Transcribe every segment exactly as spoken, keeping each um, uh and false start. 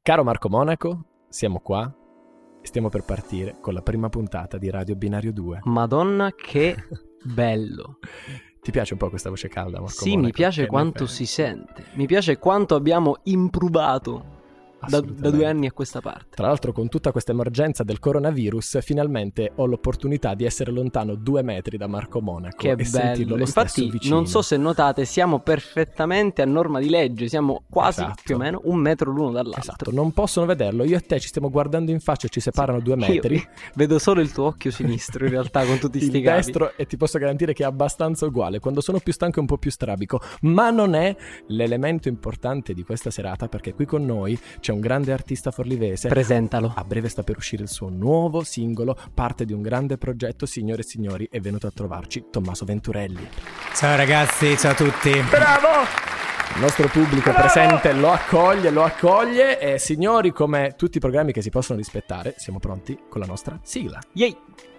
Caro Marco Monaco, siamo qua e stiamo per partire con la prima puntata di Radio Binario due. Madonna, che bello! Ti piace un po' questa voce calda, Marco Sì, Monaco? mi piace Che quanto si sente. Mi piace quanto abbiamo improvato da, da due anni a questa parte. Tra l'altro, con tutta questa emergenza del coronavirus, finalmente ho l'opportunità di essere lontano due metri da Marco Monaco che e bello. sentirlo lo stesso Infatti, vicino. non so se notate, siamo perfettamente a norma di legge. Siamo quasi, Esatto. più o meno, un metro l'uno dall'altro. Esatto, non possono vederlo. Io e te ci stiamo guardando in faccia e ci separano Sì. due metri. Io vedo solo il tuo occhio sinistro, in realtà, con tutti sti Il cavi. destro, e ti posso garantire che è abbastanza uguale. Quando sono più stanco è un po' più strabico, ma non è l'elemento importante di questa serata, perché qui con noi c'è un grande artista forlivese. Presentalo. A breve sta per uscire il suo nuovo singolo, parte di un grande progetto. Signore e signori, è venuto a trovarci Tommaso Venturelli. Ciao ragazzi, ciao a tutti. Bravo! Il nostro pubblico presente lo accoglie, lo accoglie e signori, come tutti i programmi che si possono rispettare, siamo pronti con la nostra sigla. Yay!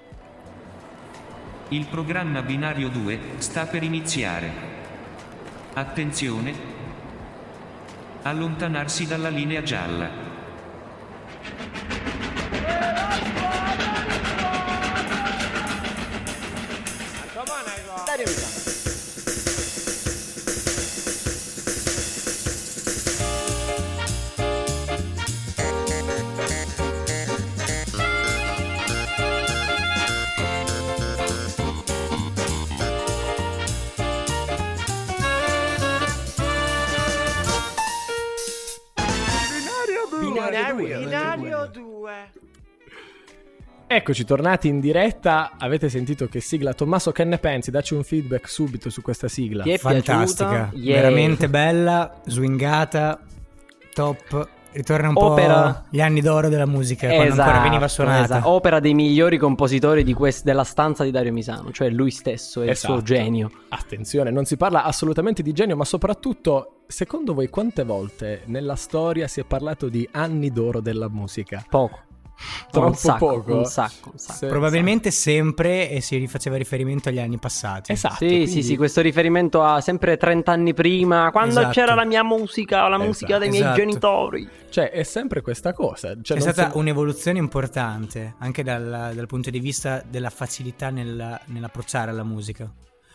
Il programma Binario due sta per iniziare. Attenzione! Allontanarsi dalla linea gialla. Binario due. Eccoci tornati in diretta. Avete sentito che sigla? Tommaso, che ne pensi? Dacci un feedback subito su questa sigla. Ti è Fantastica, piaciuta? Yeah. veramente bella, swingata, top. Ritorna un Opera. po' gli anni d'oro della musica, quando ancora veniva suonata. Esatto. Opera dei migliori compositori di quest- della stanza di Dario Misano, cioè lui stesso e Esatto. il suo genio. Attenzione, non si parla assolutamente di genio, ma soprattutto, secondo voi, quante volte nella storia si è parlato di anni d'oro della musica? Poco. Troppo un sacco, poco? un sacco, un sacco. Se- Probabilmente sempre, e si rifaceva riferimento agli anni passati. Esatto. Sì, quindi- sì, sì, questo riferimento a sempre trenta anni prima, quando Esatto. c'era la mia musica, la Esatto. musica dei miei Esatto. genitori. Cioè, è sempre questa cosa. Cioè, È non stata si- un'evoluzione importante, anche dal, dal punto di vista della facilità nel, nell'approcciare alla musica.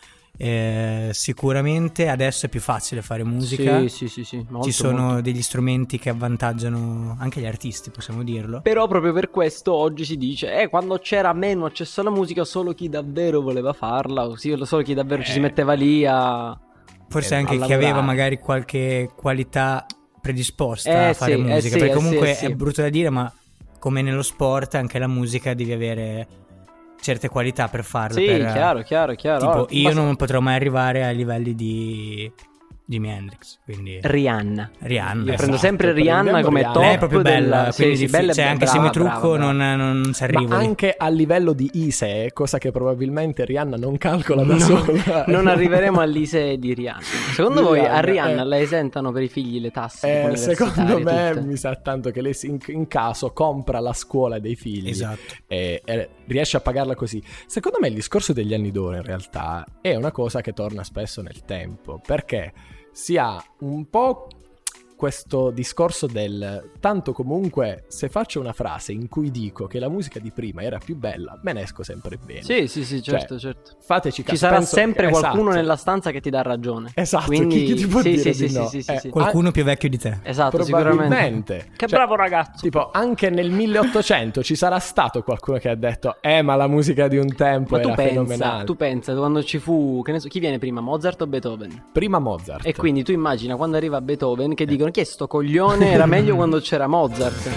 Eh, sicuramente adesso è più facile fare musica. Sì, sì, sì, sì, molto, Ci sono molto. degli strumenti che avvantaggiano anche gli artisti, possiamo dirlo. Però proprio per questo oggi si dice Eh quando c'era meno accesso alla musica, solo chi davvero voleva farla, o sì, solo chi davvero ci si Eh. metteva lì a Forse eh, anche a chi aveva lavorare. magari qualche qualità predisposta Eh, a fare sì, eh, musica, sì, perché eh, comunque sì, è sì. brutto da dire, ma come nello sport anche la musica devi avere certe qualità per farla. Sì, per, chiaro, chiaro, chiaro. Tipo Oh, io basta- non potrò mai arrivare ai livelli di Jimi Hendrix, quindi Rihanna. Rihanna. Io esatto. prendo sempre prendiamo Rihanna come Rihanna. top. Lei è proprio bella, della... quindi sì, sì, diffi- bella e cioè, anche brava, se mi trucco brava, brava. non, non ci arrivo Ma lì. anche a livello di I S E, cosa che probabilmente Rihanna non calcola da No, sola. non arriveremo all'I S E di Rihanna. Secondo Di voi a Rihanna, Rihanna eh. la esentano per i figli le tasse? Eh, tipo secondo universitarie, me tutte? mi sa tanto che lei si- in, in caso compra la scuola dei figli Esatto. e, e riesce a pagarla così. Secondo me il discorso degli anni d'oro in realtà è una cosa che torna spesso nel tempo, perché si ha un po' questo discorso del tanto comunque se faccio una frase in cui dico che la musica di prima era più bella, me ne esco sempre bene. Sì, sì, sì, Cioè, certo, certo. Fateci caso. Ci sarà penso- sempre qualcuno esatto. nella stanza che ti dà ragione. Esatto, Quindi, chi, chi ti può sì, dire sì, di sì, no? sì, sì, Eh, sì. Qualcuno più vecchio di te. Esatto, sicuramente. Probabilmente. Che Cioè, bravo ragazzo. Tipo, anche nel milleottocento ci sarà stato qualcuno che ha detto eh ma la musica di un tempo Ma tu era pensa, fenomenale. tu pensa quando ci fu, che ne so, chi viene prima, Mozart o Beethoven? Prima Mozart. E quindi tu immagina quando arriva Beethoven che dicono chi è sto coglione, era meglio quando c'era Mozart.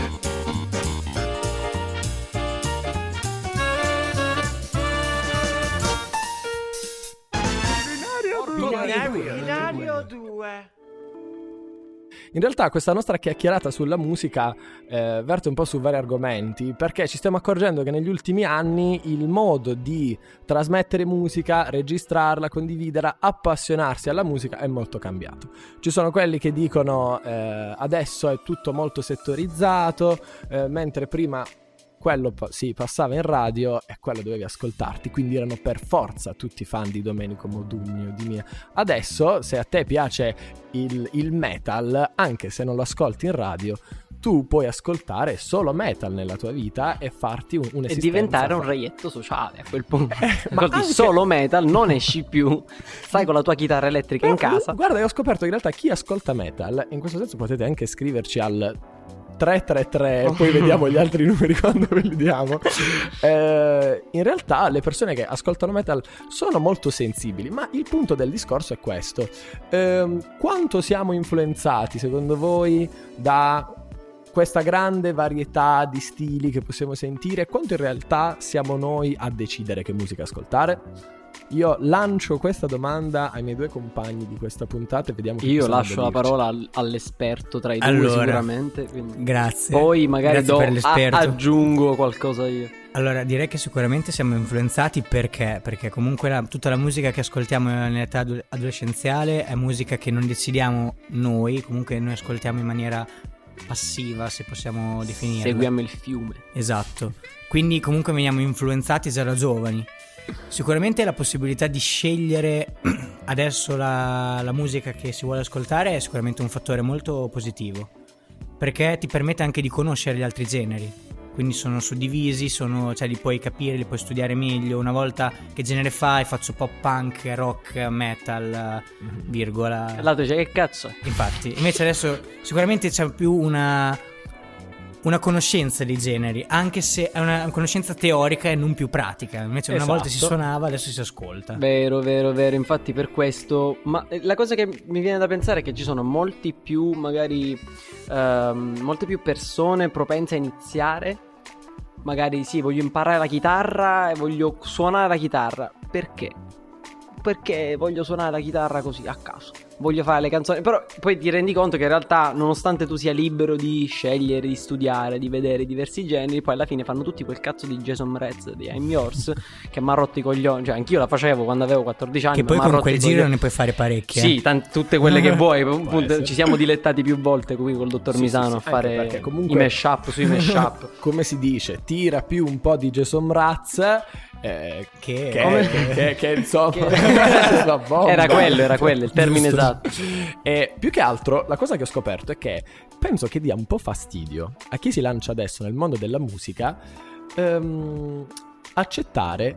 Binario due. In realtà questa nostra chiacchierata sulla musica eh, verte un po' su vari argomenti, perché ci stiamo accorgendo che negli ultimi anni il modo di trasmettere musica, registrarla, condividerla, appassionarsi alla musica è molto cambiato. Ci sono quelli che dicono eh, adesso è tutto molto settorizzato, eh, mentre prima quello pa- sì, passava in radio e quello dovevi ascoltarti, quindi erano per forza tutti fan di Domenico Modugno, di Mia. Adesso, se a te piace il, il metal, anche se non lo ascolti in radio, tu puoi ascoltare solo metal nella tua vita e farti un, un'esistenza. E diventare un reietto sociale a quel punto. Eh, ma Ascolti anche... solo metal, non esci più, stai con la tua chitarra elettrica in casa. Guarda, io ho scoperto che in realtà chi ascolta metal, in questo senso potete anche scriverci al tre tre tre e poi vediamo gli altri numeri quando ve li diamo. Eh, in realtà le persone che ascoltano metal sono molto sensibili, ma il punto del discorso è questo. Eh, quanto siamo influenzati secondo voi da questa grande varietà di stili che possiamo sentire? Quanto in realtà siamo noi a decidere che musica ascoltare? Io lancio questa domanda ai miei due compagni di questa puntata e vediamo che Io cosa lascio hanno la da dirci. parola al- all'esperto tra i due Allora, sicuramente. Quindi. Grazie. Poi magari Grazie do- per l'esperto. a- aggiungo qualcosa io. Allora, direi che sicuramente siamo influenzati perché? Perché comunque la- tutta la musica che ascoltiamo nell'età adu- adolescenziale è musica che non decidiamo noi, comunque noi ascoltiamo in maniera passiva, se possiamo definirla. Seguiamo il fiume. Esatto. Quindi comunque veniamo influenzati già da giovani. Sicuramente la possibilità di scegliere adesso la, la musica che si vuole ascoltare è sicuramente un fattore molto positivo, perché ti permette anche di conoscere gli altri generi. Quindi sono suddivisi, sono, cioè li puoi capire, li puoi studiare meglio. Una volta che genere fai, faccio pop punk, rock, metal, virgola. E l'altro dice che cazzo è? Infatti, invece adesso sicuramente c'è più una, una conoscenza dei generi, anche se è una conoscenza teorica e non più pratica. Invece una Esatto. volta si suonava, adesso si ascolta. Vero, vero, vero. Infatti per questo. Ma eh, la cosa che mi viene da pensare è che ci sono molti più, magari, ehm, molte più persone propense a iniziare. Magari sì, voglio imparare la chitarra e voglio suonare la chitarra. Perché? Perché voglio suonare la chitarra così, a caso. Voglio fare le canzoni. Però poi ti rendi conto che in realtà, nonostante tu sia libero di scegliere, di studiare, di vedere i diversi generi, poi alla fine fanno tutti quel cazzo di Jason Mraz di I'm Yours che mi ha rotto i coglioni. Cioè anch'io la facevo quando avevo quattordici anni. Che poi m'ha con rotto quel i giro coglioni. ne puoi fare parecchie. Sì, tant- tutte quelle che vuoi. Appunto, essere. ci siamo dilettati più volte qui col dottor Sì, Misano sì, sì, a anche fare perché comunque- i mashup sui mashup. Come si dice, tira più un po' di Jason Mraz, eh, Che- che, Come- che, che, che insomma Che- è una bomba. Era quello, era quello, il termine Giusto. esatto. E più che altro la cosa che ho scoperto è che penso che dia un po' fastidio a chi si lancia adesso nel mondo della musica ehm, accettare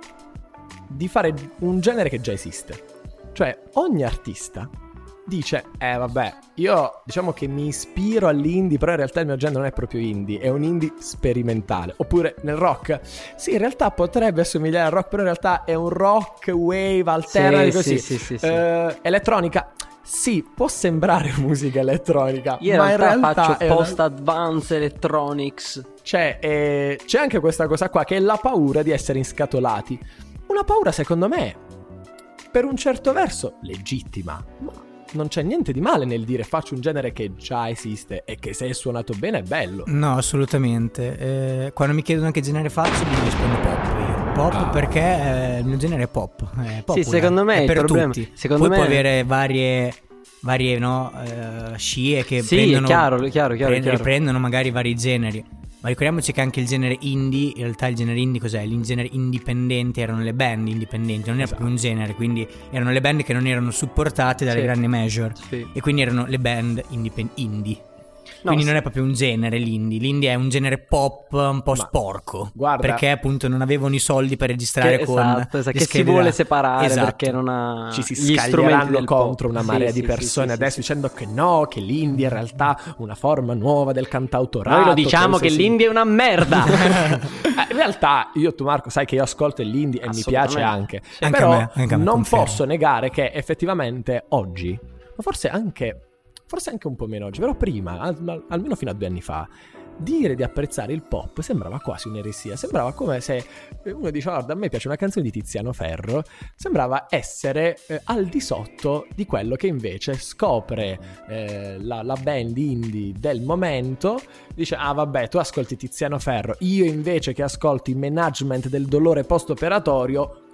di fare un genere che già esiste. Cioè ogni artista dice, eh vabbè, io diciamo che mi ispiro all'indie, però in realtà il mio genere non è proprio indie, è un indie sperimentale. Oppure nel rock, sì, in realtà potrebbe assomigliare al rock, però in realtà è un rock wave alterna, Sì, così. sì, sì, sì, sì. Eh, elettronica, sì, può sembrare musica elettronica, Io in ma in realtà, realtà faccio è una- post-advance electronics. c'è, eh, c'è anche questa cosa qua, che è la paura di essere inscatolati. Una paura, secondo me, per un certo verso legittima, ma non c'è niente di male nel dire faccio un genere che già esiste e che se è suonato bene è bello. No, assolutamente. Eh, quando mi chiedono che genere faccio, mi rispondo pop. Io. Pop Ah. perché eh, il mio genere è pop. È popular, secondo me è il per problema- tutti. secondo Poi me- può avere varie, varie no, eh, scie che Sì, prendono, è chiaro, è chiaro, chiaro, pre- chiaro. riprendono magari vari generi. Ma ricordiamoci che anche il genere indie, in realtà il genere indie cos'è? Il genere indipendente erano le band indipendenti, non era Esatto. proprio un genere, quindi erano le band che non erano supportate dalle Sì. grandi major. Sì. E quindi erano le band indipen- indie. No, Quindi sì. non è proprio un genere l'indie. L'indie è un genere pop un po' Ma, sporco. guarda- Perché appunto non avevano i soldi per registrare Che- con esatto, esatto, le che si schede vuole da- separare Esatto. perché non ha Ci si gli strumenti scaglieranno del pop. contro una marea Sì, di sì, persone sì, sì, adesso sì. dicendo che no, che l'indie è in realtà una forma nuova del cantautorato. Noi lo diciamo che sì. l'indie è una merda. Eh, in realtà io, tu Marco, sai che io ascolto l'indie e mi piace Assolutamente. anche. Anche Però a me, anche a me, non confermo. posso negare che effettivamente oggi, ma forse anche, forse anche un po' meno oggi, però prima, al- almeno fino a due anni fa, dire di apprezzare il pop sembrava quasi un'eresia. Sembrava come se uno dice guarda, a me piace una canzone di Tiziano Ferro, sembrava essere eh, al di sotto di quello che invece scopre eh, la, la band indie del momento. Dice ah vabbè, tu ascolti Tiziano Ferro, io invece che ascolti Management del dolore post operatorio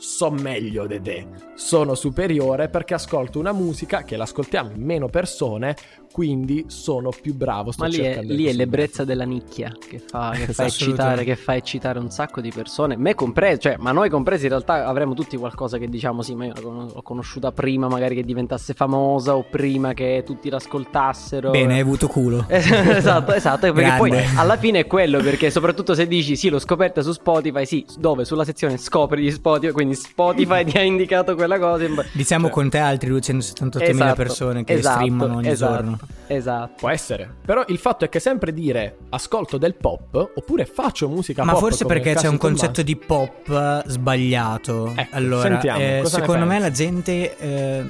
so meglio di te, sono superiore perché ascolto una musica che l'ascoltiamo in meno persone, quindi sono più bravo. Sto Ma lì è, cercando di lì è così. l'ebbrezza della nicchia che fa, che fa Assolutamente. eccitare, che fa eccitare un sacco di persone, me compreso, cioè, ma noi compresi in realtà avremo tutti qualcosa che diciamo sì, ma io la con- l'ho conosciuta prima magari che diventasse famosa o prima che tutti l'ascoltassero. Bene, hai avuto culo. Esatto, esatto, perché poi Grande. alla fine è quello, perché soprattutto se dici sì, l'ho scoperta su Spotify, sì, dove? Sulla sezione scopri di Spotify, quindi Spotify ti ha indicato quella cosa. Diciamo Cioè. con te altri duecentosettantottomila Esatto, persone che esatto, streamano ogni esatto, giorno. Esatto. Può essere, però il fatto è che sempre dire ascolto del pop oppure faccio musica Ma pop, forse come perché nel c'è caso un di concetto di pop sbagliato. Ecco, allora, sentiamo, eh, cosa ne secondo me pensi? la gente, eh,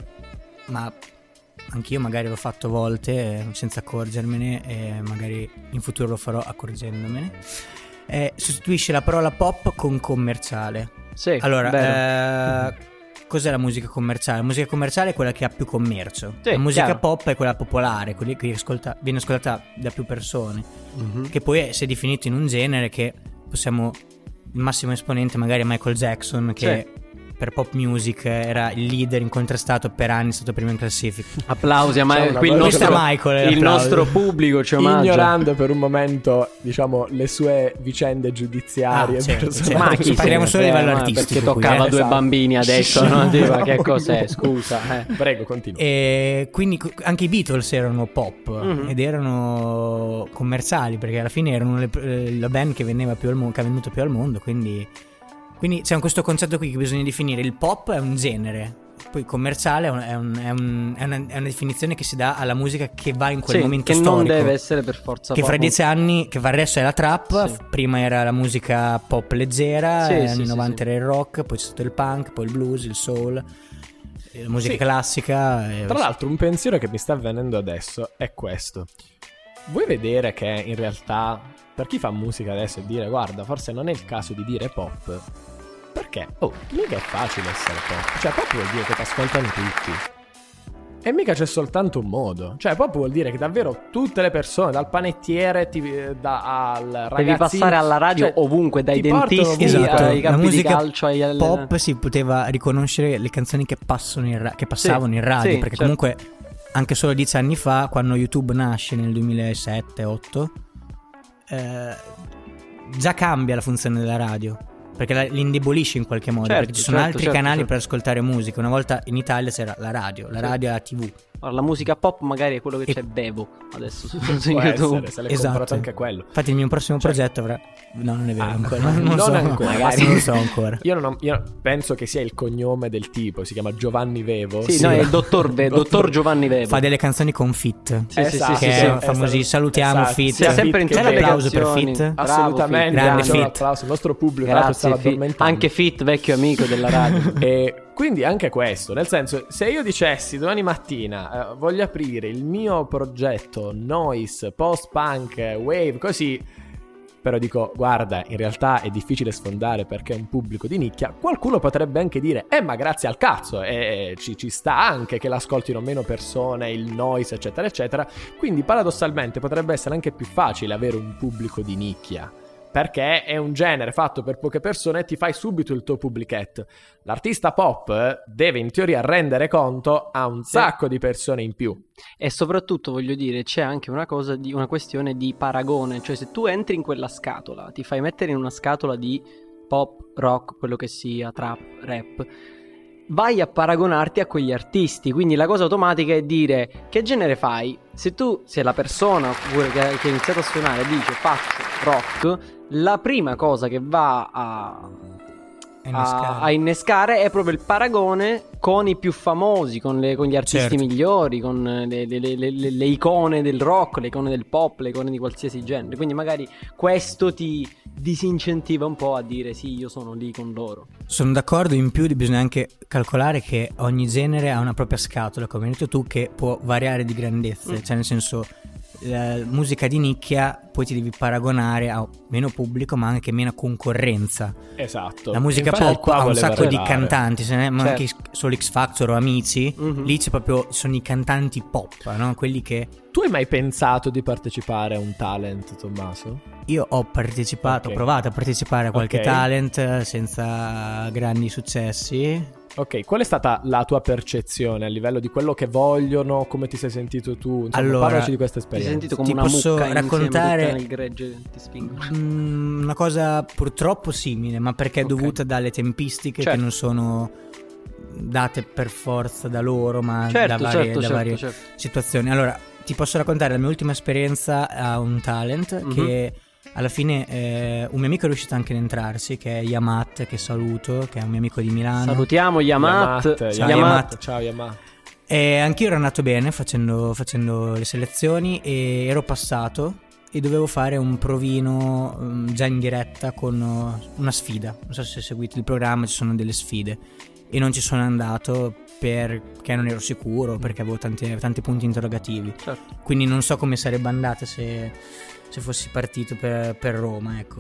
ma anch'io magari l'ho fatto volte eh, senza accorgermene, e magari in futuro lo farò accorgendomene. Eh, sostituisce la parola pop con commerciale. Sì, Allora, vero. eh, cos'è la musica commerciale? La musica commerciale è quella che ha più commercio. Sì, la musica chiaro. pop è quella popolare, quella che ascolta- viene ascoltata da più persone. Mhm. Che poi è- si è definito in un genere che possiamo... Il massimo esponente magari è Michael Jackson, che per pop music era il leader incontrastato per anni, è stato primo in classifica. Applausi a C'è Ma- una qui il cosa- nostro, Questa Michael, il applausi. nostro pubblico ci omaggia. Ignorando per un momento, diciamo, le sue vicende giudiziarie Ah, certo, personali. certo. Ma chi Parliamo se solo ne a livello frega, artistico perché qui, toccava eh. due Esatto. bambini adesso, no? Dico, ma che cos'è? Scusa, eh. Prego, continua. E quindi co- anche i Beatles erano pop Mhm. ed erano commerciali, perché alla fine erano le- eh, la band che veniva più al mondo, che ha venuto più al mondo, quindi, quindi c'è questo concetto qui che bisogna definire. Il pop è un genere, poi commerciale è, un- è un- è un- è una, è una definizione che si dà alla musica che va in quel Sì, momento che storico, non deve essere per forza che pop. fra dieci anni, che adesso è la trap, Sì. prima era la musica pop leggera, Sì, negli sì, anni sì, novanta sì. era il rock, poi c'è stato il punk, poi il blues, il soul, eh, la musica Sì. classica. e- Tra l'altro, un pensiero che mi sta avvenendo adesso è questo. Vuoi vedere che in realtà, per chi fa musica adesso e dire guarda, forse non è il caso di dire pop, perché, oh, mica è facile essere pop. Cioè, pop vuol dire che ti ascoltano tutti. E mica c'è soltanto un modo. Cioè, pop vuol dire che davvero tutte le persone, dal panettiere ti, da, al ragazzino, Devi passare alla radio cioè, ovunque, dai ti portano dentisti ovunque. Esatto, ai la campi di musica calcio, ai alle- pop si poteva riconoscere le canzoni che passano in ra- che passavano Sì, in radio, sì, perché certo. comunque anche solo dieci anni fa, quando YouTube nasce nel duemilasette otto, eh, già cambia la funzione della radio, perché la, l'indebolisce in qualche modo, Certo, perché ci sono certo, altri certo, canali certo. per ascoltare musica. Una volta in Italia c'era la radio, la Sì. radio e la tivù. Allora, la musica pop magari è quello che E- c'è Bevo adesso su, Può su YouTube. essere, se l'è Esatto. comprato anche quello. Infatti il mio prossimo Cioè- progetto avrà... No, non è vero Ah, ancora. non Non, so, ancora, magari non lo so ancora. Io, non ho- io penso che sia il cognome del tipo, si chiama Giovanni Vevo. Sì, Sì. no, è il dottor, Ve- dottor Giovanni Vevo. Fa delle canzoni con Fit. Sì, sì, Esatto, sì, che sì, è sì. famosi. Salutiamo Esatto. Fit. Sì, ha sempre in Fit, C'è tutte le l'applauso per canzoni. Fit? Bravo, Assolutamente, Fit. Grande facciamo un Fit. applauso. Il nostro pubblico tra l'altro, Grazie, stava Fit. addormentando. Anche Fit, vecchio amico della radio. E quindi anche questo, nel senso, se io dicessi domani mattina eh, voglio aprire il mio progetto noise, post-punk, wave, così, però dico guarda, in realtà è difficile sfondare perché è un pubblico di nicchia, qualcuno potrebbe anche dire eh ma grazie al cazzo, e ci, ci sta anche che l'ascoltino meno persone, il noise eccetera eccetera, quindi paradossalmente potrebbe essere anche più facile avere un pubblico di nicchia, perché è un genere fatto per poche persone e ti fai subito il tuo publichetto. L'artista pop eh, deve in teoria rendere conto a un sacco di persone in più. E soprattutto voglio dire, c'è anche una cosa di una questione di paragone, cioè se tu entri in quella scatola, ti fai mettere in una scatola di pop, rock, quello che sia, trap, rap, vai a paragonarti a quegli artisti, quindi la cosa automatica è dire che genere fai? Se tu sei la persona pure che, che ha iniziato a suonare e dice faccio rock, la prima cosa che va a a, a innescare è proprio il paragone con i più famosi, con, le, con gli artisti Certo. migliori, con le, le- le- le- le icone del rock, le icone del pop, le icone di qualsiasi genere. Quindi magari questo ti disincentiva un po' a dire sì, io sono lì con loro. Sono d'accordo, in più bisogna anche calcolare che ogni genere ha una propria scatola, come hai detto tu, che può variare di grandezze, Mm. cioè nel senso la musica di nicchia poi ti devi paragonare a meno pubblico ma anche meno concorrenza. Esatto. La musica Infatti pop ha un sacco di cantanti, se ne, ma certo. anche solo X Factor o Amici, Mm-hmm. lì c'è proprio, sono i cantanti pop, no? Quelli che... Tu hai mai pensato di partecipare a un talent, Tommaso? Io ho partecipato, Ok. ho provato a partecipare a qualche Ok. talent senza grandi successi. Ok, qual è stata la tua percezione a livello di quello che vogliono, come ti sei sentito tu? Insomma, Allora, parlaci di questa Ti sei esperienza. sentito come Ti una posso mucca raccontare- insieme tutta nel gregge ti spingo. Mm, una cosa purtroppo simile, ma perché è Ok. dovuta dalle tempistiche Certo. che non sono date per forza da loro, ma Certo, da varie, certo, da certo, varie certo. situazioni. Allora, ti posso raccontare la mia ultima esperienza a un talent Mhm. che alla fine eh, un mio amico è riuscito anche ad entrarsi, che è Yamat, che saluto, che è un mio amico di Milano. Salutiamo Yamat. Yamat, Ciao, Yamat. Yamat. Ciao Yamat. E anch'io ero andato bene facendo, facendo le selezioni e ero passato e dovevo fare un provino um, già in diretta con uh, una sfida. Non so se seguite il programma, ci sono delle sfide e non ci sono andato perché non ero sicuro, perché avevo tanti, tanti punti interrogativi. Certo. Quindi non so come sarebbe andata se, se fossi partito per, per Roma, ecco.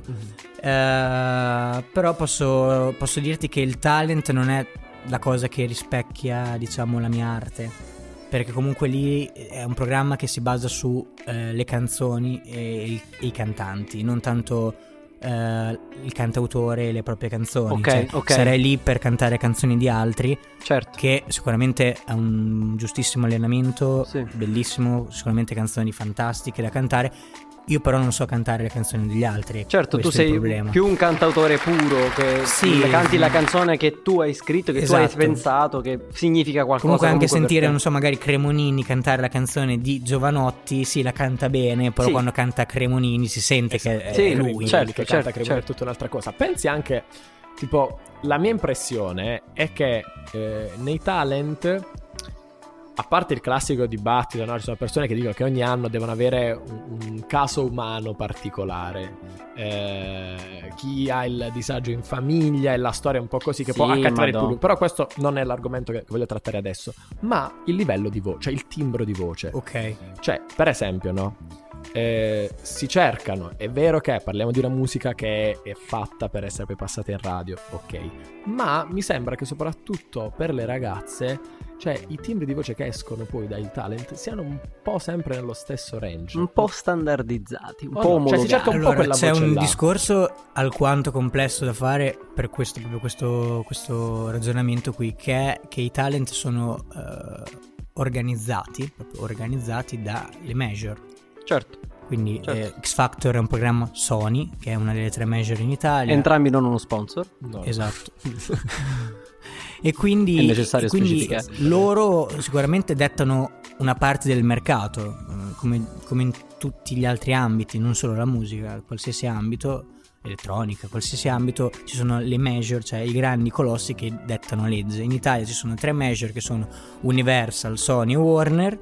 Eh, però posso, posso dirti che il talent non è la cosa che rispecchia, diciamo, la mia arte, perché comunque lì è un programma che si basa su eh, le canzoni e, il- e i cantanti, non tanto eh, il cantautore e le proprie canzoni. Ok, Cioè, ok. sarei lì per cantare canzoni di altri, Certo. che sicuramente ha un giustissimo allenamento, Sì. bellissimo, sicuramente canzoni fantastiche da cantare. Io però non so cantare le canzoni degli altri. Certo, tu questo è il sei problema. più un cantautore puro che Sì. le canti la canzone che tu hai scritto, che tu hai Esatto. pensato, che significa qualcosa. Comunque anche per sentire, te. non so, magari Cremonini cantare la canzone di Giovanotti, sì, la canta bene, però Sì. quando canta Cremonini si sente che è Sì, lui. certo. che canta Cremona certo. è tutta un'altra cosa. Pensi anche, tipo, la mia impressione è che eh, nei talent, a parte il classico dibattito, no? Ci sono persone che dicono che ogni anno devono avere un, un caso umano particolare. Eh, chi ha il disagio in famiglia e la storia un po' così che Sì, può accattivare il madò. pubblico. Però questo non è l'argomento che, che voglio trattare adesso. Ma il livello di voce, cioè il timbro di voce. Ok. Cioè, per esempio, no? Eh, si cercano, è vero che parliamo di una musica che è fatta per essere poi passata in radio, ok, ma mi sembra che soprattutto per le ragazze, cioè i timbri di voce che escono poi dai talent siano un po' sempre nello stesso range, un po' standardizzati, un Oh po' no, cioè si omologati. cerca un po' Allora, quella c'è voce un là. discorso alquanto complesso da fare per questo, proprio questo, questo ragionamento qui, che è che i talent sono eh, organizzati, proprio organizzati dalle major. Certo, Quindi Certo. eh, X Factor è un programma Sony, che è una delle tre major in Italia. entrambi non uno sponsor. No. Esatto. E quindi, È necessario e quindi specificare. loro sicuramente dettano una parte del mercato, eh, come, come in tutti gli altri ambiti, non solo la musica, qualsiasi ambito, elettronica, qualsiasi ambito, ci sono le major, cioè i grandi colossi che dettano legge. In Italia ci sono tre major che sono Universal, Sony e Warner,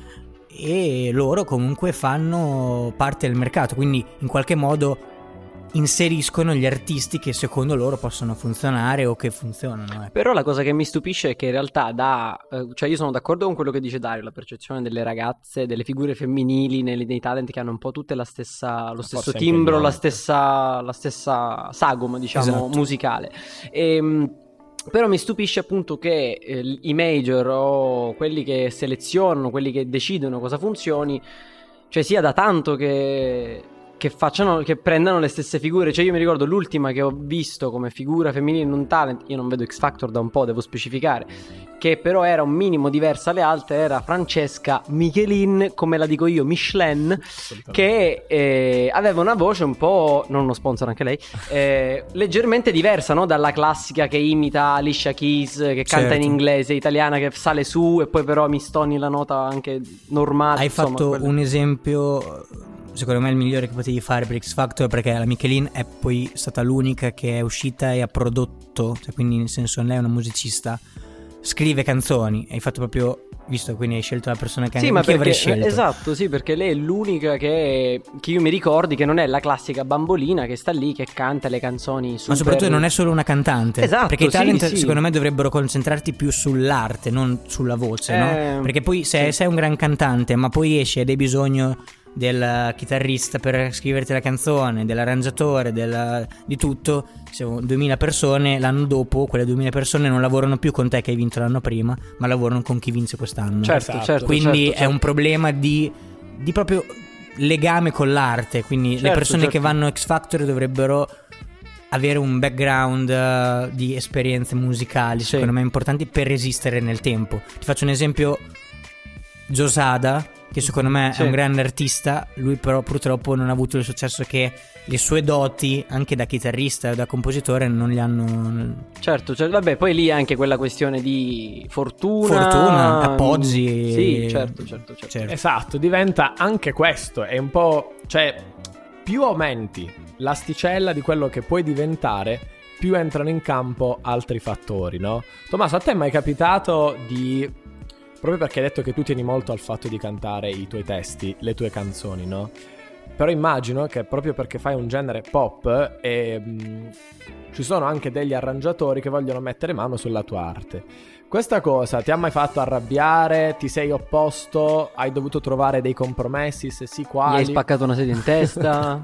e loro comunque fanno parte del mercato, quindi in qualche modo inseriscono gli artisti che secondo loro possono funzionare o che funzionano, ecco. Però la cosa che mi stupisce è che in realtà da, eh, cioè io sono d'accordo con quello che dice Dario, la percezione delle ragazze, delle figure femminili nei, nei talent che hanno un po' tutte la stessa, lo stesso forse anche timbro, gli la altri. stessa, la stessa sagoma, diciamo, Esatto. musicale. Ehm, Però mi stupisce appunto che eh, i major o quelli che selezionano, quelli che decidono cosa funzioni, cioè sia da tanto che, che facciano, che prendano le stesse figure. Cioè io mi ricordo l'ultima che ho visto come figura femminile in un talent, io non vedo X Factor da un po', devo specificare, che però era un minimo diversa dalle altre, era Francesca Michelin, come la dico io, Michelin, che eh, aveva una voce un po', non uno sponsor anche lei, eh, leggermente diversa, no? Dalla classica che imita Alicia Keys, che canta Certo. in inglese, italiana che sale su e poi però mistoni la nota anche normale. Hai insomma, fatto quelle- un esempio, secondo me il migliore che potevi fare per X Factor, perché la Michelin è poi stata l'unica che è uscita e ha prodotto, cioè quindi nel senso lei è una musicista, scrive canzoni, hai fatto proprio, visto, quindi hai scelto la persona che Sì, anche ma io avrei perché, scelto. esatto, sì, perché lei è l'unica che, che io mi ricordi che non è la classica bambolina che sta lì, che canta le canzoni super... Ma soprattutto non è solo una cantante. Esatto, perché i sì, talent sì. secondo me dovrebbero concentrarti più sull'arte, non sulla voce, Eh, no? Perché poi se sì. sei un gran cantante ma poi esci ed hai bisogno del chitarrista per scriverti la canzone, dell'arrangiatore, del, di tutto. Siamo duemila persone, l'anno dopo quelle duemila persone non lavorano più con te che hai vinto l'anno prima, ma lavorano con chi vinse quest'anno. Certo, Esatto. certo. Quindi certo, è certo. un problema di, di proprio legame con l'arte. Quindi Certo, le persone certo. che vanno a X Factor dovrebbero avere un background uh, di esperienze musicali, Sì. secondo me importanti per resistere nel tempo. Ti faccio un esempio: Joe Sada, che secondo me Sì. è un grande artista, lui però purtroppo non ha avuto il successo che le sue doti anche da chitarrista e da compositore non gli hanno. Certo, cioè, vabbè, poi lì anche quella questione di fortuna, Fortuna, appoggi. Sì, certo, certo, certo. Certo. Esatto, diventa anche questo, è un po', cioè, più aumenti l'asticella di quello che puoi diventare, più entrano in campo altri fattori, no? Tommaso, a te è mai capitato di, proprio perché hai detto che tu tieni molto al fatto di cantare i tuoi testi, le tue canzoni, no? Però immagino che proprio perché fai un genere pop e, mh, ci sono anche degli arrangiatori che vogliono mettere mano sulla tua arte. Questa cosa ti ha mai fatto arrabbiare? Ti sei opposto? Hai dovuto trovare dei compromessi? Se sì, Gli quali? hai spaccato una sedia in testa?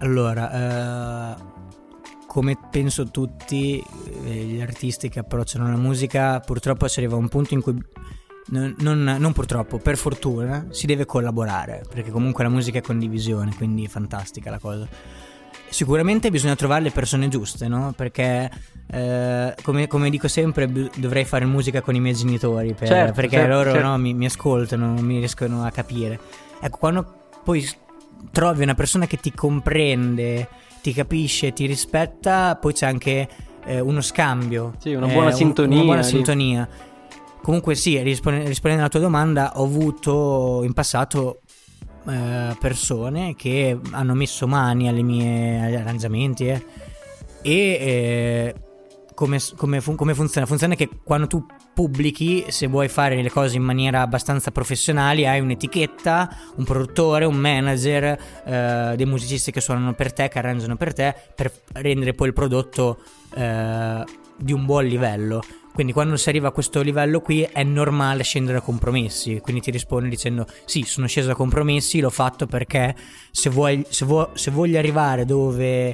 Allora, eh, come penso tutti eh, gli artisti che approcciano la musica, purtroppo si arriva a un punto in cui non, non, non purtroppo, per fortuna si deve collaborare, perché comunque la musica è condivisione, quindi è fantastica la cosa. Sicuramente bisogna trovare le persone giuste, no? Perché eh, come, come dico sempre, b- dovrei fare musica con i miei genitori per- Certo, perché certo, loro certo. no, mi, mi ascoltano, mi riescono a capire. Ecco, quando poi s- trovi una persona che ti comprende, ti capisce, ti rispetta, poi c'è anche eh, uno scambio. Sì, una buona un- sintonia, Una buona lì. sintonia. Comunque sì, risponde- rispondendo alla tua domanda, ho avuto in passato eh, persone che hanno messo mani alle mie agli arrangiamenti eh, e eh, come, come, fun- come funziona? Funziona che quando tu pubblichi, se vuoi fare le cose in maniera abbastanza professionali, hai un'etichetta, un produttore, un manager, eh, dei musicisti che suonano per te, che arrangiano per te, per rendere poi il prodotto eh, di un buon livello. Quindi quando si arriva a questo livello qui è normale scendere a compromessi. Quindi ti rispondo dicendo sì, sono sceso a compromessi, l'ho fatto perché se vuoi, se vuoi, se voglio arrivare dove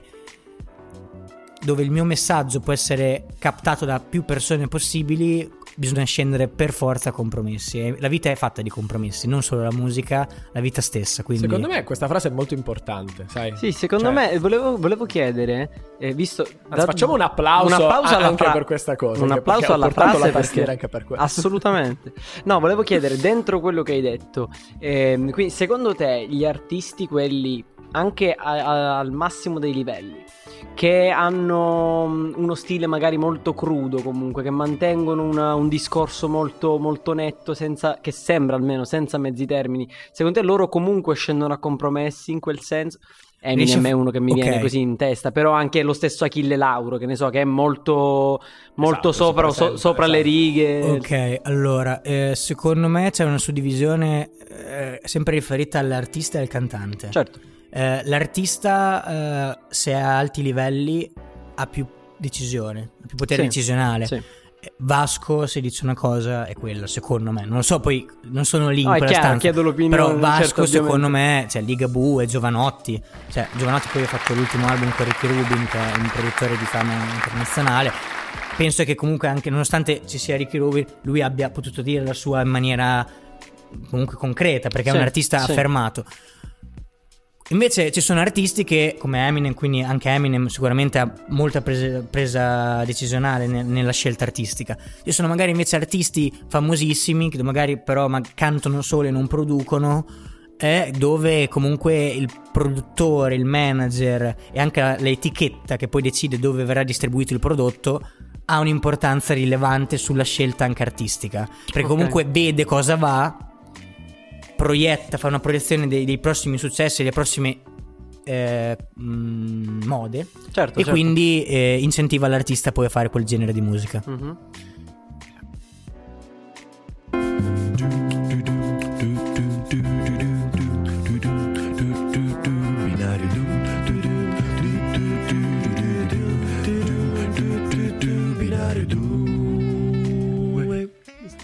dove il mio messaggio può essere captato da più persone possibili, bisogna scendere per forza a compromessi. E la vita è fatta di compromessi, non solo la musica, la vita stessa. Quindi Secondo me questa frase è molto importante, sai? Sì, secondo Cioè, me volevo, volevo chiedere, eh, visto... anzi, facciamo un applauso, un applauso alla anche fra- per questa cosa. Un che- applauso perché ho alla portato frase la tastiera perché- anche per questo. Assolutamente. No, volevo chiedere, dentro quello che hai detto, ehm, quindi secondo te gli artisti, quelli anche a- a- al massimo dei livelli, che hanno mm, uno stile magari molto crudo, comunque che mantengono una- un discorso molto, molto netto, senza, che sembra almeno senza mezzi termini, secondo te loro comunque scendono a compromessi in quel senso? Riesci a Eminem è f- uno che mi ok. viene così in testa, però anche lo stesso Achille Lauro, che ne so, che è molto, molto Esatto, sopra, si presenta, so- sopra le esatto. righe. Ok, allora, eh, secondo me c'è una suddivisione eh, sempre riferita all'artista e al cantante. Certo. Eh, l'artista, eh, se ha alti livelli, ha più decisione, ha più potere Sì, decisionale. sì. Eh, Vasco, se dice una cosa, è quella, secondo me. Non lo so, poi non sono lì in No, è quella chiaro, stanza. chiedo l'opinione, Però Vasco, certo, secondo ovviamente. me, cioè Ligabue e Giovanotti. Cioè, Giovanotti poi ha fatto l'ultimo album con Ricky Rubin, che è un produttore di fama internazionale. Penso che comunque, anche nonostante ci sia Ricky Rubin, lui abbia potuto dire la sua in maniera comunque concreta, perché Sì, è un artista sì. affermato. Invece ci sono artisti che, come Eminem, quindi anche Eminem sicuramente ha molta presa, presa decisionale ne- nella scelta artistica. Ci sono magari invece artisti famosissimi che magari però ma- cantano solo e non producono, eh, dove comunque il produttore, il manager e anche la- l'etichetta che poi decide dove verrà distribuito il prodotto ha un'importanza rilevante sulla scelta anche artistica, perché Ok. comunque vede cosa va, proietta, fa una proiezione dei, dei prossimi successi, delle prossime eh, mh, mode, Certo, e certo. quindi eh, incentiva l'artista poi a fare quel genere di musica. Mhm.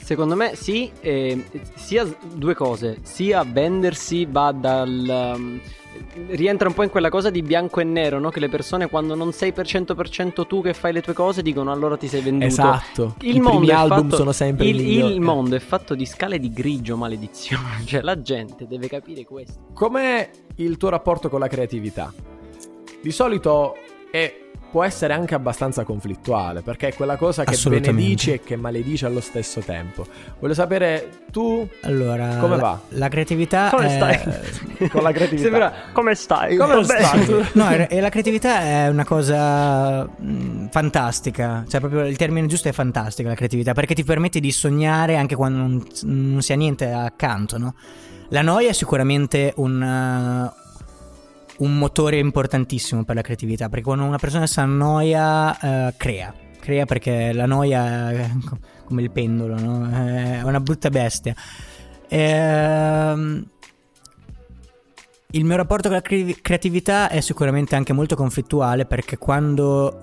Secondo me sì, eh, sia due cose, sia vendersi va dal... Um, rientra un po' in quella cosa di bianco e nero, no? Che le persone quando non sei per cento per cento tu che fai le tue cose dicono allora ti sei venduto. Esatto. Il I mondo primi è album fatto, sono sempre il, i migliori. il mondo è fatto di scale di grigio, maledizione. Cioè la gente deve capire questo. Com'è il tuo rapporto con la creatività? Di solito è... può essere anche abbastanza conflittuale, perché è quella cosa che benedice e che maledice allo stesso tempo. Voglio sapere tu allora, come la, va? La creatività come è... stai? Con la creatività. Sembra, come stai? Come stai? No, e la creatività è una cosa mh, fantastica. Cioè proprio il termine giusto è fantastica, la creatività, perché ti permette di sognare anche quando non, non si ha niente accanto, no? La noia è sicuramente un... Uh, un motore importantissimo per la creatività, perché quando una persona si annoia eh, crea crea perché la noia è come il pendolo, no? È una brutta bestia. Ehm, il mio rapporto con la cre- creatività è sicuramente anche molto conflittuale, perché quando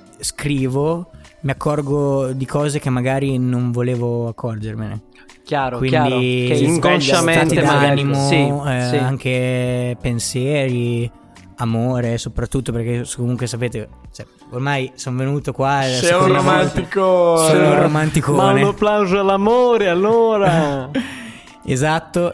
scrivo mi accorgo di cose che magari non volevo accorgermene. Chiaro, quindi chiaro, che inconsciamente stati magari d'animo, sì, eh, sì. anche pensieri, amore, soprattutto perché comunque sapete, cioè, ormai sono venuto qua. Sei un romantico. Sono un romanticone. Ma un applauso all'amore, allora. Esatto,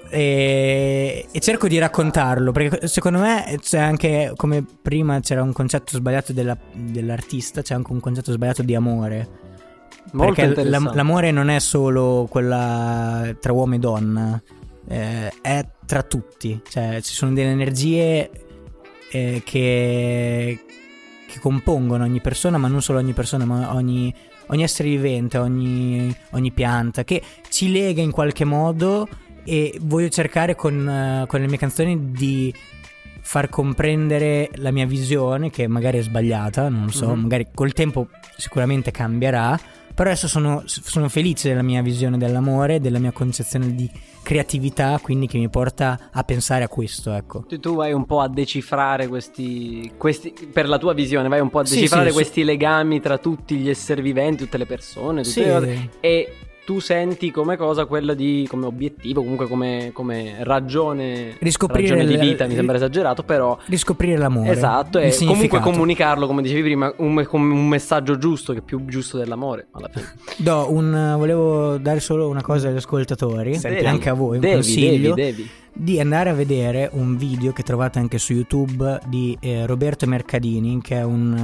e, e cerco di raccontarlo, perché secondo me c'è anche, come prima c'era un concetto sbagliato della, dell'artista, c'è anche un concetto sbagliato di amore. Molto perché interessante. l'amore non è solo quella tra uomo e donna, eh, è tra tutti, cioè ci sono delle energie eh, che, che compongono ogni persona, ma non solo ogni persona, ma ogni, ogni essere vivente, ogni, ogni pianta, che ci lega in qualche modo, e voglio cercare con, con le mie canzoni di far comprendere la mia visione, che magari è sbagliata, non lo so, mm-hmm. magari col tempo sicuramente cambierà. Però adesso sono, sono felice della mia visione dell'amore, della mia concezione di creatività, quindi che mi porta a pensare a questo, ecco. Tu, tu vai un po' a decifrare questi, questi, per la tua visione, vai un po' a decifrare sì, sì, questi sì. legami tra tutti gli esseri viventi, tutte le persone, tutte sì. le cose, e tu senti come cosa quella di, come obiettivo, comunque come, come ragione, riscoprire ragione il, di vita, il, mi sembra esagerato, però riscoprire l'amore. Esatto, e comunque comunicarlo, come dicevi prima, un, un messaggio giusto, che è più giusto dell'amore alla fine. Do un, volevo dare solo una cosa agli ascoltatori, devi, anche a voi, un devi, consiglio devi, devi. di andare a vedere un video che trovate anche su YouTube di eh, Roberto Mercadini, che è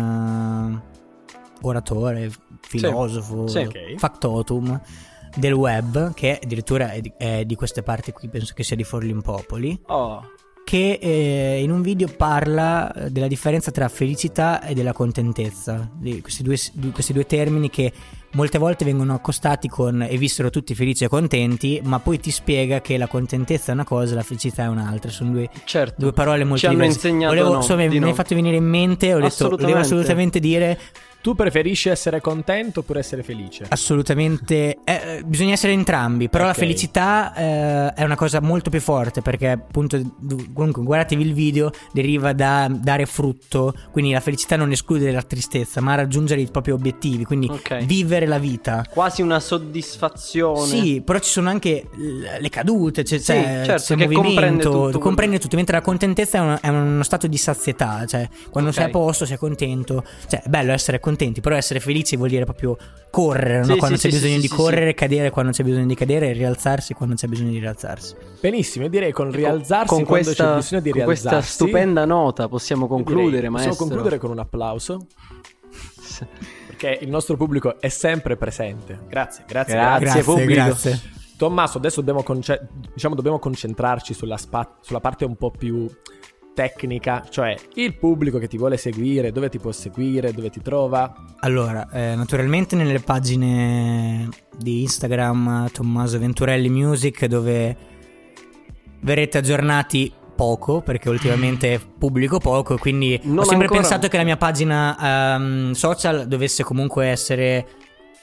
un uh, oratore, filosofo, sì. Sì, okay. factotum del web, che addirittura è di, è di queste parti qui, penso che sia di Forlimpopoli, oh. che eh, in un video parla della differenza tra felicità e della contentezza, di questi due, di questi due termini che molte volte vengono accostati con e vissero tutti felici e contenti, ma poi ti spiega che la contentezza è una cosa e la felicità è un'altra, sono due, certo. due parole molto Ci hanno diverse. insegnato Volevo, no, so, mi, mi no. hai fatto venire in mente, ho detto devo assolutamente dire. Tu preferisci essere contento oppure essere felice? Assolutamente, eh, bisogna essere entrambi, però okay. La felicità eh, è una cosa molto più forte, perché appunto, comunque guardatevi il video, deriva da dare frutto, quindi la felicità non esclude la tristezza, ma raggiungere i propri obiettivi, quindi okay. vivere la vita. Quasi una soddisfazione. Sì, però ci sono anche le cadute, c'è, sì, c'è, certo, c'è che movimento, comprende tutto, comprende tutto, mentre la contentezza è, una, è uno stato di sazietà, cioè quando okay. sei a posto, sei contento, cioè è bello essere contenti, però essere felici vuol dire proprio correre, no? Sì, Quando sì, c'è sì, bisogno sì, di sì, correre, sì. cadere quando c'è bisogno di cadere, e rialzarsi quando c'è bisogno di rialzarsi. Benissimo, io direi con rialzarsi con, con quando questa, c'è bisogno di con rialzarsi. questa stupenda nota possiamo concludere, direi, maestro. Possiamo concludere con un applauso. Perché il nostro pubblico è sempre presente. Grazie, grazie, grazie, grazie pubblico. Grazie. Tommaso, adesso dobbiamo, conce- diciamo, dobbiamo concentrarci sulla, spa- sulla parte un po' più tecnica, cioè il pubblico che ti vuole seguire, dove ti può seguire, dove ti trova? Allora, eh, naturalmente nelle pagine di Instagram Tommaso Venturelli Music, dove verrete aggiornati poco, perché ultimamente pubblico poco, quindi non ho sempre ancora pensato che la mia pagina um, social dovesse comunque essere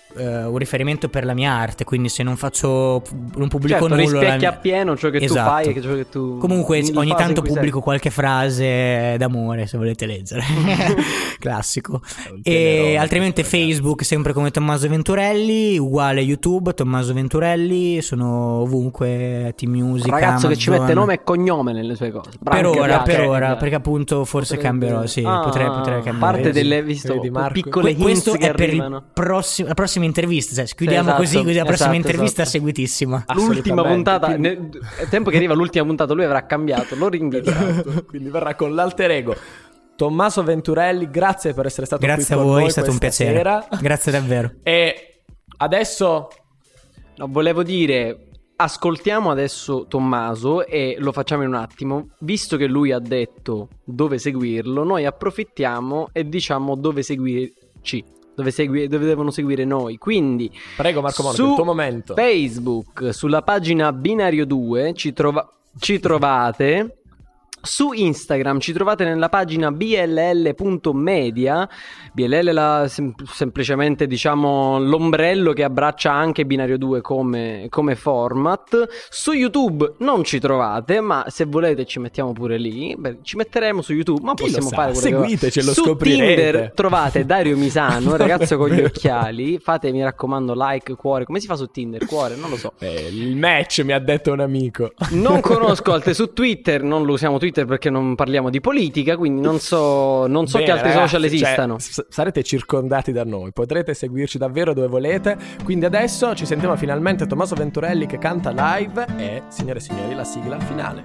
eh, un riferimento per la mia arte, quindi se non faccio, non pubblico certo, nulla, rispecchia la... appieno ciò che esatto. tu fai e ciò che tu comunque ogni tanto pubblico sei. qualche frase d'amore, se volete leggere. Classico. E altrimenti Facebook sempre come Tommaso Venturelli, uguale YouTube Tommaso Venturelli, sono ovunque, T-Music, ragazzo Amazon. che ci mette nome e cognome nelle sue cose. Bravo, per ora, piace, per ora, piace. perché appunto forse Potrebbe- cambierò, sì, Ah, potrei, potrei cambiare. parte delle visto, Vedi, Marco? piccole Que- questo hints che è per il arrivano. prossimo, la prossima intervista, cioè chiudiamo esatto, così, così la prossima esatto, intervista esatto. è seguitissima. L'ultima Assolutamente. puntata, Quindi- nel- è tempo che arriva l'ultima puntata, lui avrà cambiato, lo rinvitiamo. Esatto, quindi verrà con l'alter ego. Tommaso Venturelli, grazie per essere stato Grazie qui a con voi, noi è stato un questa piacere. sera. Grazie davvero. E adesso No, volevo dire, ascoltiamo adesso Tommaso e lo facciamo in un attimo. Visto che lui ha detto dove seguirlo, noi approfittiamo e diciamo dove seguirci, dove, segui- dove devono seguire noi. Quindi prego Marco Monaco, su il tuo momento. Facebook, sulla pagina Binario due ci, trova- ci trovate. Su Instagram ci trovate nella pagina b l l punto media. B L L è la, sem- semplicemente diciamo l'ombrello che abbraccia anche Binario due come, come format. Su YouTube non ci trovate, ma se volete ci mettiamo pure lì. Beh, ci metteremo su YouTube, ma Chi possiamo lo sa? fare quello che va. Seguiteci e lo Su scoprirete. Tinder trovate Dario Misano, ragazzo con gli occhiali. Fate, mi raccomando, like, cuore. Come si fa su Tinder? Cuore? Non lo so. Eh, il match, mi ha detto un amico. Non conosco altre su Twitter, non lo usiamo Twitter perché non parliamo di politica, quindi non so, non so Bene, che altri ragazzi, social cioè, esistano. s- sarete circondati da noi, potrete seguirci davvero dove volete. Quindi adesso ci sentiamo finalmente Tommaso Venturelli che canta live e, signore e signori, la sigla finale.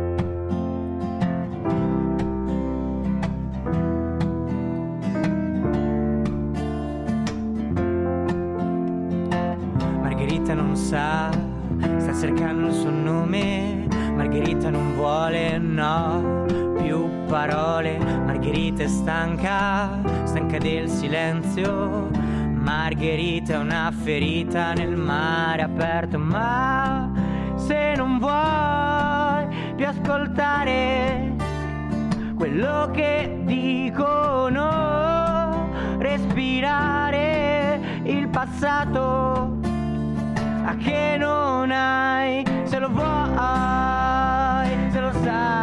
Margherita non sa, sta cercando il suo nome. Margherita non vuole, no, più parole. Margherita è stanca, stanca del silenzio. Margherita è una ferita nel mare aperto. Ma se non vuoi più ascoltare quello che dicono, respirare il passato a che non hai, se lo vuoi, se lo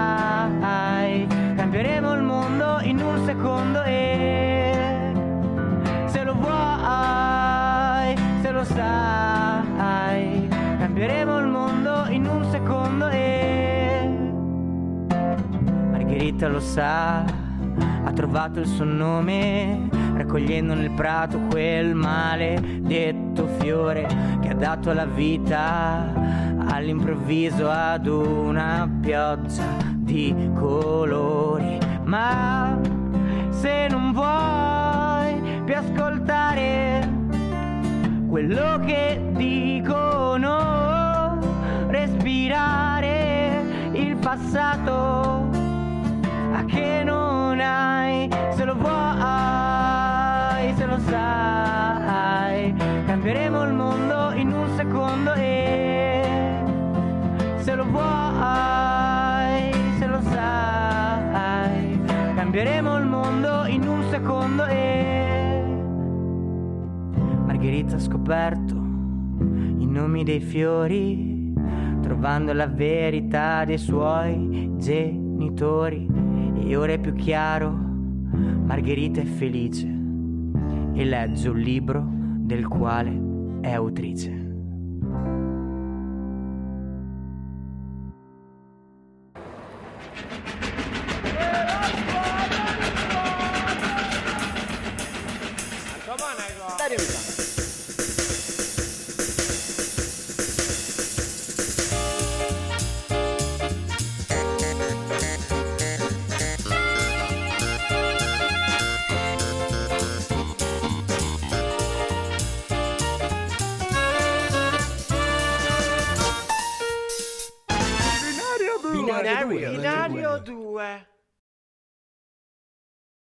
sai, cambieremo il mondo in un secondo e se lo vuoi, se lo sai, cambieremo il mondo in un secondo e Margherita lo sa, ha trovato il suo nome raccogliendo nel prato quel maledetto fiore che ha dato la vita all'improvviso ad una pioggia di colori. Ma se non vuoi più ascoltare quello che dicono, respirare il passato a che non hai, se lo vuoi, se lo sai, cambieremo il mondo in un secondo e se lo vuoi, se lo sai, cambieremo il mondo in un secondo e Margherita ha scoperto i nomi dei fiori, trovando la verità dei suoi genitori. E ora è più chiaro, Margherita è felice e legge un libro del quale è autrice. Binario due.